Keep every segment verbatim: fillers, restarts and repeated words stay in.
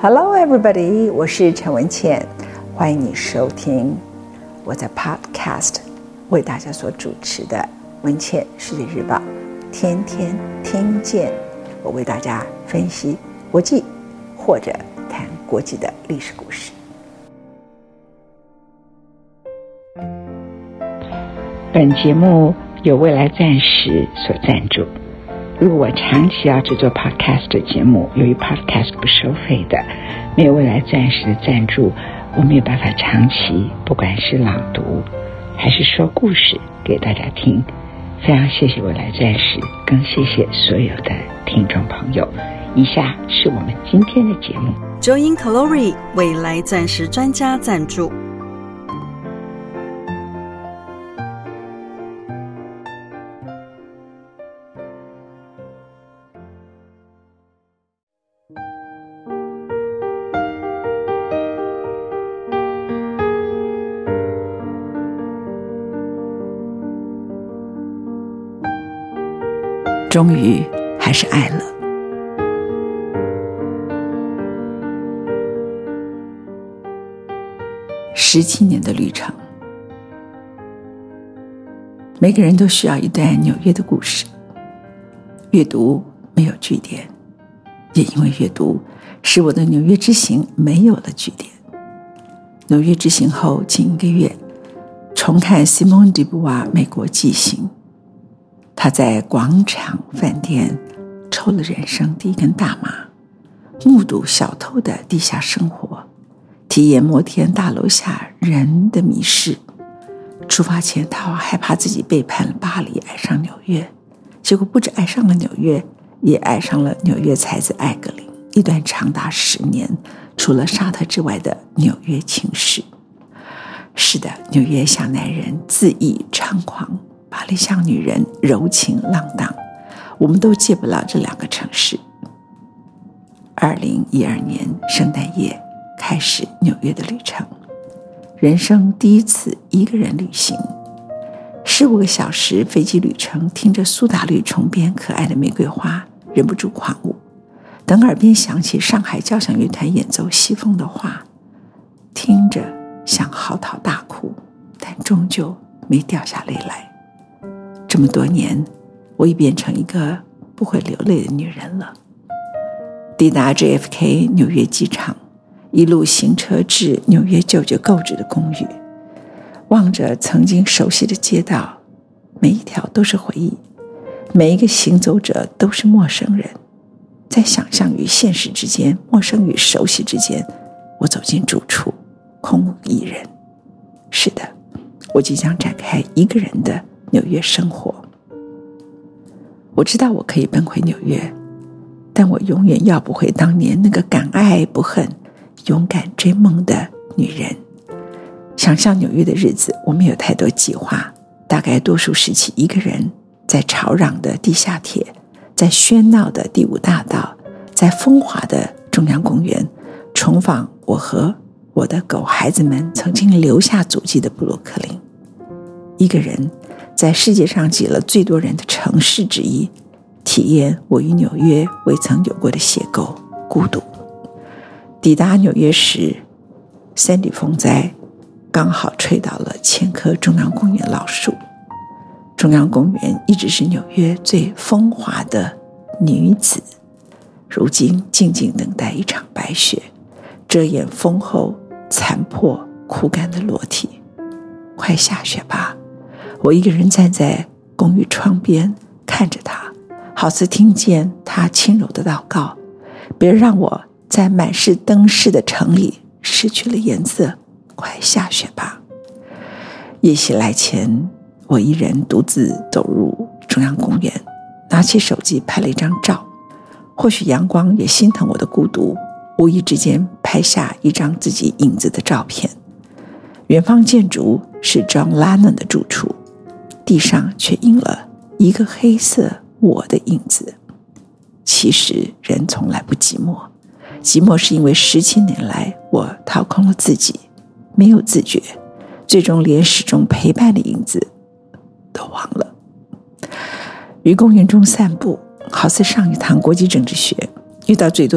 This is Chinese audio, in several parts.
Hello everybody， 我是陈文茜，欢迎你收听我在 Podcast 为大家所主持的文茜世界日报，天天听见，我为大家分析国际或者谈国际的历史故事。 本节目由未来钻石所赞助。如果我长期要制作 podcast 的节目，由于 podcast 不收费的，没有未来钻石的赞助，我没有办法长期不管是朗读还是说故事给大家听。非常谢谢未来钻石，更谢谢所有的听众朋友。以下是我们今天的节目。 Join Calori 未来钻石专家赞助。 终于还是爱了。十七年的旅程，每个人都需要一段纽约的故事。阅读没有句点，也因为阅读使我的纽约之行没有了句点。纽约之行后近一个月，重看西蒙·迪布瓦《美国记行》，他在广场饭店抽了人生第一根大麻，目睹小偷的地下生活，体验摩天大楼下人的迷失。出发前他好害怕自己背叛了巴黎，爱上纽约，结果不止爱上了纽约，也爱上了纽约才子艾格林，一段长达十年除了沙特之外的纽约情事。是的，纽约像男人恣意猖狂，巴黎像女人柔情浪荡，我们都戒不了这两个城市。二零一二年圣诞夜开始纽约的旅程，人生第一次一个人旅行，十五个小时飞机旅程，听着苏打绿重编可爱的玫瑰花，忍不住狂舞。等耳边响起上海交响乐团演奏西风的话，听着想嚎啕大哭，但终究没掉下泪来。这么多年，我已变成一个不会流泪的女人了。抵达 J F K 纽约机场，一路行车至纽约舅舅购置的公寓，望着曾经熟悉的街道，每一条都是回忆，每一个行走者都是陌生人。在想象与现实之间，陌生与熟悉之间，我走进住处，空无一人。是的，我即将展开一个人的纽约生活。我知道我可以奔回纽约，但我永远要不回当年那个敢爱不恨、勇敢追梦的女人。想象纽约的日子，我没有太多计划，大概多数时期一个人在吵嚷的地下铁，在喧闹的第五大道，在风华的中央公园，重访我和我的狗孩子们曾经留下足迹的布鲁克林。一个人在世界上挤了最多人的城市之一，体验我与纽约未曾有过的邂逅，孤独。抵达纽约时，三底风灾刚好吹倒了千棵中央公园老树。中央公园一直是纽约最风华的女子，如今静静等待一场白雪，遮掩风后残破枯干的裸体。快下雪吧！我一个人站在公寓窗边，看着他，好似听见他轻柔的祷告：别让我在满是灯饰的城里失去了颜色，快下雪吧！夜袭来前，我一人独自走入中央公园，拿起手机拍了一张照。或许阳光也心疼我的孤独，无意之间拍下一张自己影子的照片。远方建筑是 John Lennon 的住处，地上却印了一个黑色我的影子。其实人从来不寂寞，寂寞是因为十七年来我掏空了自己，没有自觉，最终连始终陪伴的影子都忘了。于公园中散步，好似上一堂国际政治学，遇到最多的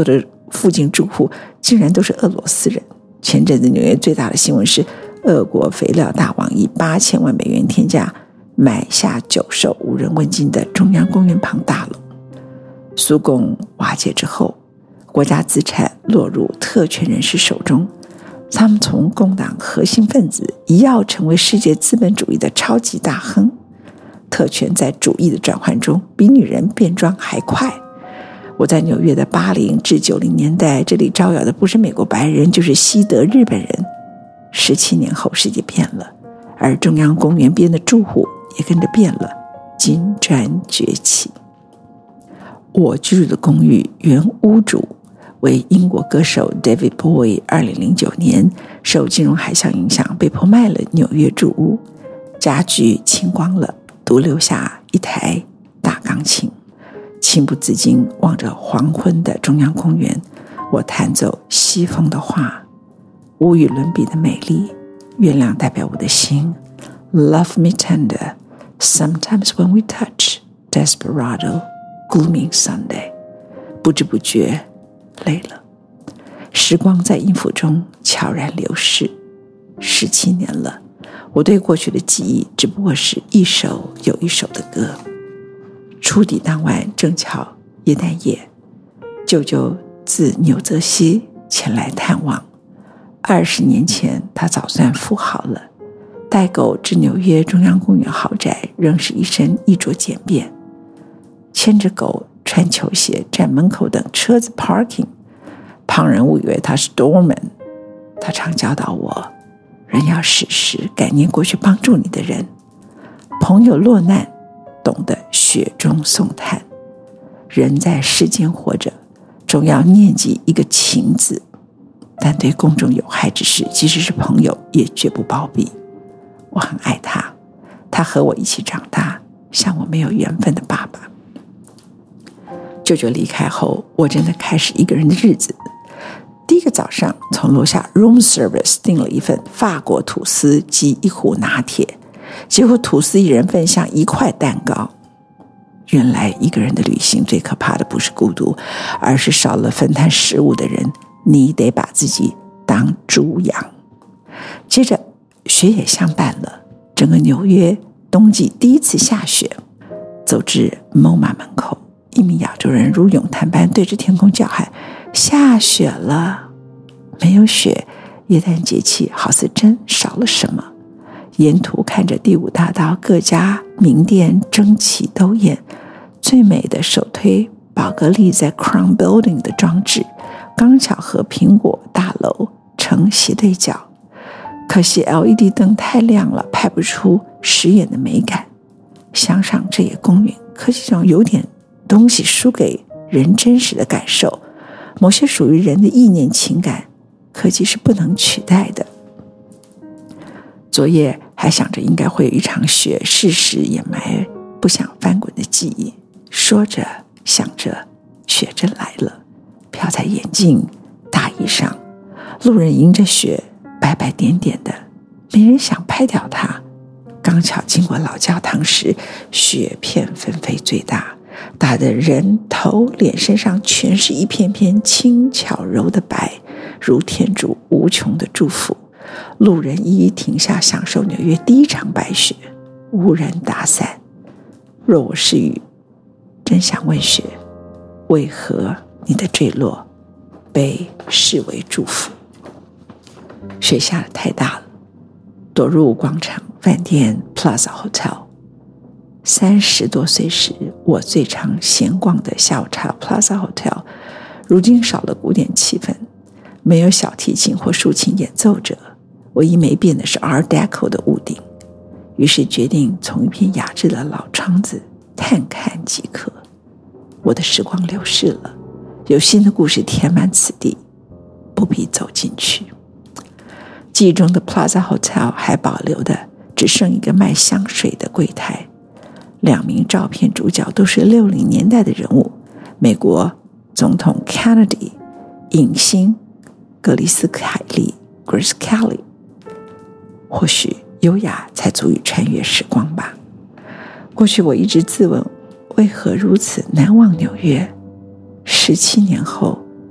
附近住户竟然都是俄罗斯人。前阵子纽约最大的新闻是，俄国肥料大王以八千万美元天价买下久售无人问津的中央公园旁大楼。苏共瓦解之后，国家资产落入特权人士手中，他们从共党核心分子一跃成为世界资本主义的超级大亨。特权在主义的转换中比女人变装还快。我在纽约的八零至九零年代，这里招摇的不是美国白人，就是西德日本人。十七年后，世界变了，而中央公园边的住户也跟着变了，金砖崛起。我居住的公寓原屋主为英国歌手 David Bowie， 二零零九年受金融海啸影响，被迫卖了纽约住屋，家具清光了，独留下一台大钢琴。情不自禁望着黄昏的中央公园，我弹奏西风的画，无与伦比的美丽。月亮代表我的心 Love me tender, sometimes when we touch, Desperado, glooming Sunday。 不知不觉累了，时光在音符中悄然流逝。十七年了，我对过去的记忆只不过是一首又一首的歌。初抵当晚正巧耶诞夜，舅舅自纽泽西前来探望。二十年前他早算富豪了，带狗至纽约中央公园豪宅，仍是一身衣着简便，牵着狗穿球鞋站门口等车子 parking， 旁人误以为他是 doorman。 他常教导我，人要时时感念过去帮助你的人，朋友落难懂得雪中送炭，人在世间活着，总要念及一个情字，但对公众有害之事，即使是朋友也绝不包庇。我很爱他，他和我一起长大，像我没有缘分的爸爸。舅舅离开后，我真的开始一个人的日子。第一个早上，从楼下 room service 订了一份法国吐司及一壶拿铁，结果吐司一人份像一块蛋糕。原来一个人的旅行最可怕的不是孤独，而是少了分摊食物的人，你得把自己当猪养。接着雪也相伴了，整个纽约冬季第一次下雪。走至 M O M A 门口，一名亚洲人如咏叹般对着天空叫喊，下雪了。没有雪，耶诞节气好似真少了什么。沿途看着第五大道各家名店争奇斗艳，最美的首推宝格丽在 Crown Building 的装置，刚巧和苹果大楼成斜对角。可惜 L E D 灯太亮了，拍不出实眼的美感。想想这也公允，科技上有点东西输给人真实的感受，某些属于人的意念情感，科技是不能取代的。昨夜还想着应该会有一场雪，适时掩埋不想翻滚的记忆。说着想着，雪真来了，飘在眼镜大衣上。路人迎着雪白白点点的，没人想拍掉它。刚巧经过老教堂时，雪片纷飞最大，打得人头脸身上全是一片片轻巧柔的白，如天主无穷的祝福。路人一一停下，享受纽约第一场白雪，无人打伞。若我是雨，真想问雪，为何你的坠落被视为祝福？雪下得太大了，躲入广场饭店 Plaza Hotel。三十多岁时，我最常闲逛的下午茶 Plaza Hotel， 如今少了古典气氛，没有小提琴或竖琴演奏者，唯一没变的是 Art Deco 的屋顶。于是决定从一片雅致的老窗子探看即可。我的时光流逝了，有新的故事填满此地，不必走进去。记忆中的 Plaza Hotel 还保留的只剩一个卖香水的柜台，两名照片主角都是六零年代的人物，美国总统 Kennedy， 影星格里斯凯利 Grace Kelly。 或许优雅才足以穿越时光吧。过去我一直自问，为何如此难忘纽约？十七年后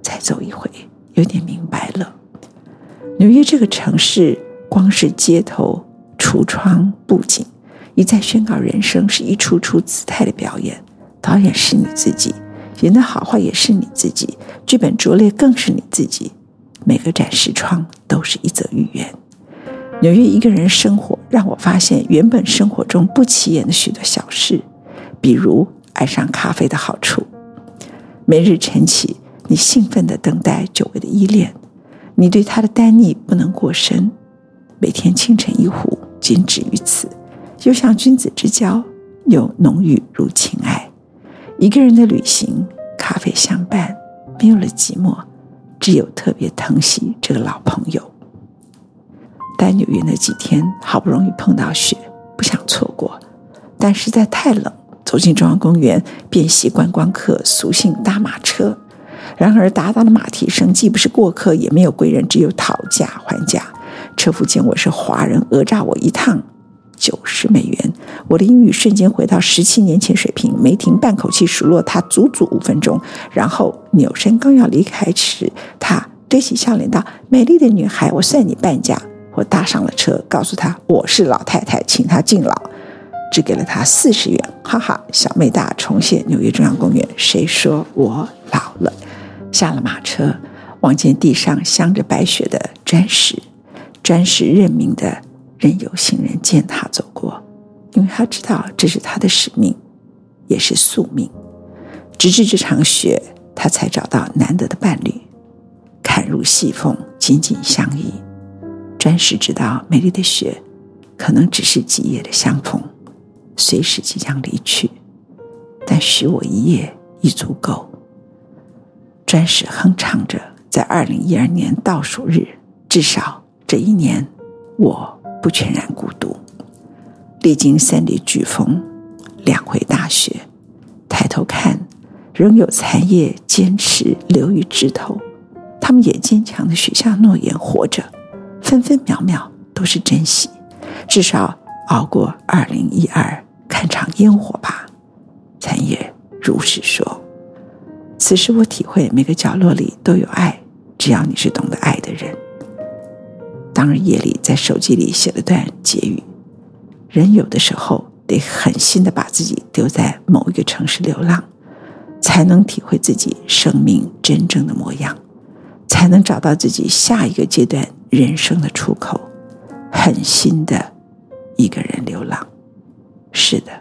再走一回，有点明白了。纽约这个城市，光是街头、橱窗、布景，一再宣告人生是一出出姿态的表演。导演是你自己，演的好坏也是你自己，剧本拙劣更是你自己。每个展示窗都是一则寓言。纽约一个人生活，让我发现原本生活中不起眼的许多小事，比如爱上咖啡的好处。每日晨起，你兴奋地等待久违的依恋，你对他的单腻不能过深。每天清晨一壶，仅止于此，又像君子之交，又浓郁如情爱。一个人的旅行，咖啡相伴，没有了寂寞，只有特别疼惜这个老朋友。在纽约那几天，好不容易碰到雪，不想错过，但实在太冷，走进中央公园，便习观光客俗性搭马车。然而达达的马蹄声既不是过客，也没有归人，只有讨价还价。车夫见我是华人，讹诈我一趟九十美元。我的英语瞬间回到十七年前水平，没停半口气数落他足足五分钟，然后扭身刚要离开时，他堆起笑脸道：“美丽的女孩，我算你半价。”我搭上了车，告诉他我是老太太，请他敬老，只给了他四十元。哈哈，小妹大重现纽约中央公园，谁说我老了？下了马车，望见地上镶着白雪的砖石，砖石认命的任由行人践踏走过，因为他知道这是他的使命，也是宿命。直至这场雪，他才找到难得的伴侣，砍入细缝，紧紧相依。砖石知道美丽的雪可能只是几夜的相逢，随时即将离去，但许我一夜已足够。砖石哼唱着，在二零一二年倒数日，至少这一年我不全然孤独。历经三里飓风，两回大雪，抬头看，仍有残叶坚持留于枝头，他们也坚强地许下诺言，活着分分秒秒都是珍惜。至少熬过二零一二，看场烟火吧。残叶如实说。此时我体会每个角落里都有爱，只要你是懂得爱的人。当日夜里在手机里写了段结语，人有的时候得狠心地把自己丢在某一个城市流浪，才能体会自己生命真正的模样，才能找到自己下一个阶段人生的出口。狠心的一个人流浪。是的，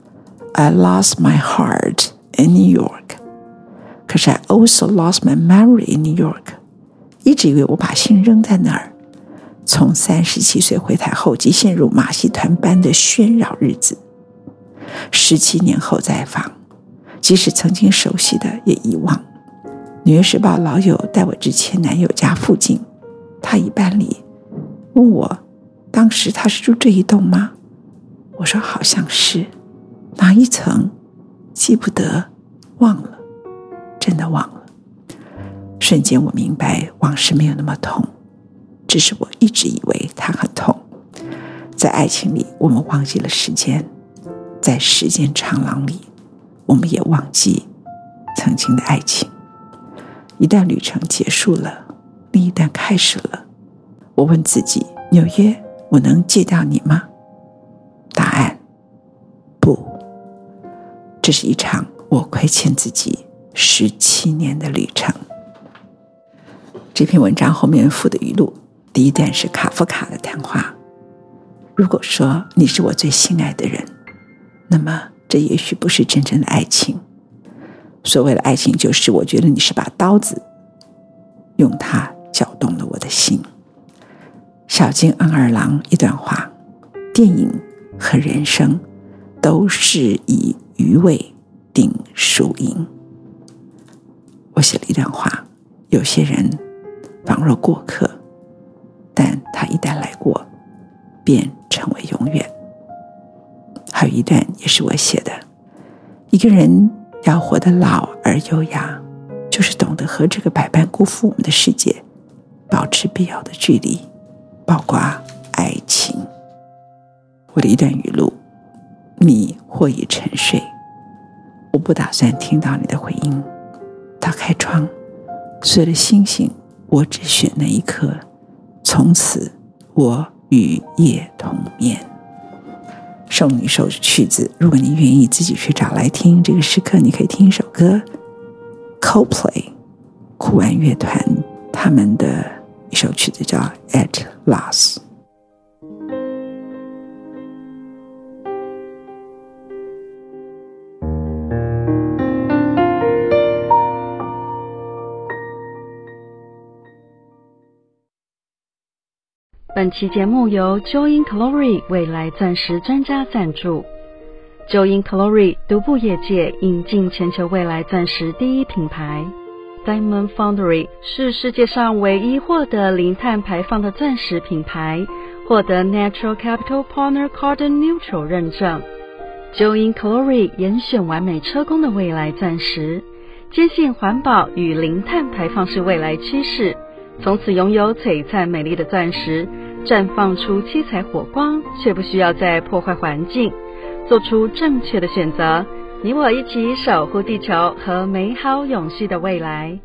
I lost my heart in New York， 可是 I also lost my memory in New York。 一直以为我把心扔在那儿，从三十七岁回台后即陷入马戏团般的喧扰日子。十七年后再访，即使曾经熟悉的也遗忘。纽约时报老友带我至前男友家附近，他已搬离，问我当时他是住这一栋吗？我说好像是，哪一层记不得，忘了，真的忘了。瞬间我明白往事没有那么痛，只是我一直以为它很痛。在爱情里我们忘记了时间，在时间长廊里我们也忘记曾经的爱情。一段旅程结束了，另一段开始了。我问自己，纽约，我能戒掉你吗？答案，不。这是一场我亏欠自己十七年的旅程。这篇文章后面附的语录，第一段是卡夫卡的谈话。如果说你是我最心爱的人，那么这也许不是真正的爱情。所谓的爱情，就是我觉得你是把刀子，用它搅动了我的心。小津安二郎一段话，电影和人生都是以余味定输赢。我写了一段话，有些人仿若过客，但他一旦来过，便成为永远。还有一段也是我写的，一个人要活得老而优雅，就是懂得和这个百般辜负我们的世界保持必要的距离，包括爱情。我的一段语录，你或已沉睡，我不打算听到你的回音。打开窗， 所有的星星我只选那一颗，从此我与夜同眠。送你一首曲子，如果你愿意自己去找来听，这个时刻你可以听一首歌， Coldplay 酷玩乐团他们的一首曲子叫 At Last。 本期节目由 Join Glory 未来钻石专家赞助。Join Glory 独步业界，引进全球未来钻石第一品牌。Diamond Foundry 是世界上唯一获得零碳排放的钻石品牌，获得 Natural Capital Partner Carbon Neutral 认证。Join Glory 严选完美车工的未来钻石，坚信环保与零碳排放是未来趋势，从此拥有璀璨美丽的钻石，绽放出七彩火光，却不需要再破坏环境，做出正确的选择。你我一起守护地球和美好永续的未来。